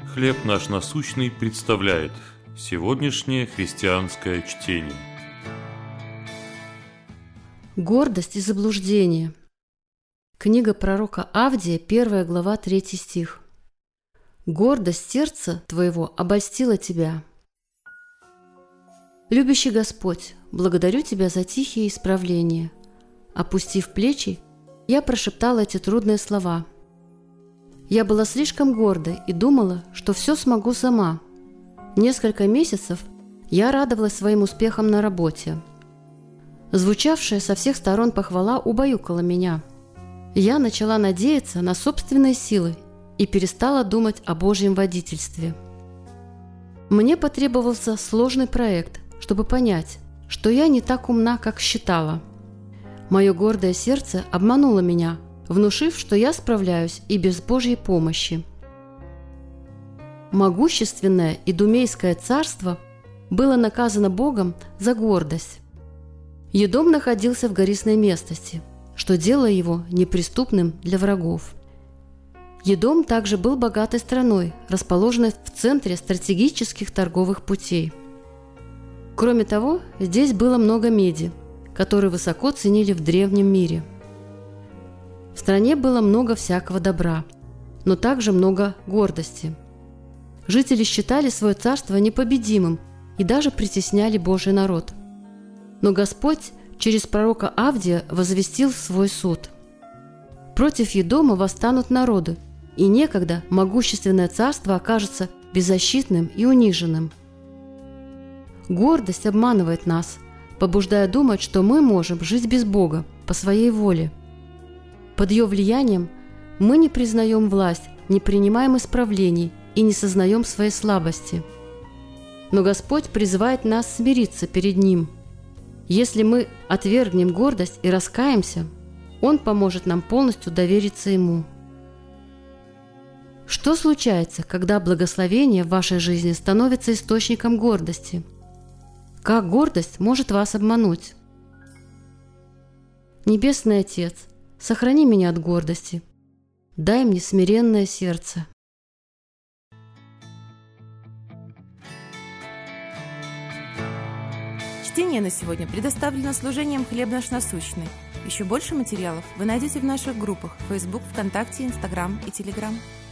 «Хлеб наш насущный» представляет сегодняшнее христианское чтение. Гордость и заблуждение. Книга пророка Авдия, 1 глава, 3 стих. «Гордость сердца твоего обольстила тебя». Любящий Господь, благодарю Тебя за тихие исправления. Опустив плечи, я прошептала эти трудные слова. Я была слишком гордой и думала, что все смогу сама. Несколько месяцев я радовалась своим успехам на работе. Звучавшая со всех сторон похвала убаюкала меня. Я начала надеяться на собственные силы и перестала думать о Божьем водительстве. Мне потребовался сложный проект, чтобы понять, что я не так умна, как считала. Мое гордое сердце обмануло меня, внушив, что я справляюсь и без Божьей помощи. Могущественное Идумейское царство было наказано Богом за гордость. Едом находился в гористой местности, что делало его неприступным для врагов. Едом также был богатой страной, расположенной в центре стратегических торговых путей. Кроме того, здесь было много меди, которую высоко ценили в древнем мире. В стране было много всякого добра, но также много гордости. Жители считали свое царство непобедимым и даже притесняли Божий народ. Но Господь через пророка Авдия возвестил свой суд. Против Едома восстанут народы, и некогда могущественное царство окажется беззащитным и униженным. Гордость обманывает нас, побуждая думать, что мы можем жить без Бога по своей воле. Под ее влиянием мы не признаем власть, не принимаем исправлений и не сознаем своей слабости. Но Господь призывает нас смириться перед Ним. Если мы отвергнем гордость и раскаемся, Он поможет нам полностью довериться Ему. Что случается, когда благословение в вашей жизни становится источником гордости? Как гордость может вас обмануть? Небесный Отец, сохрани меня от гордости. Дай мне смиренное сердце. Чтение на сегодня предоставлено служением «Хлеб наш насущный». Еще больше материалов вы найдете в наших группах Facebook, ВКонтакте, Instagram и Telegram.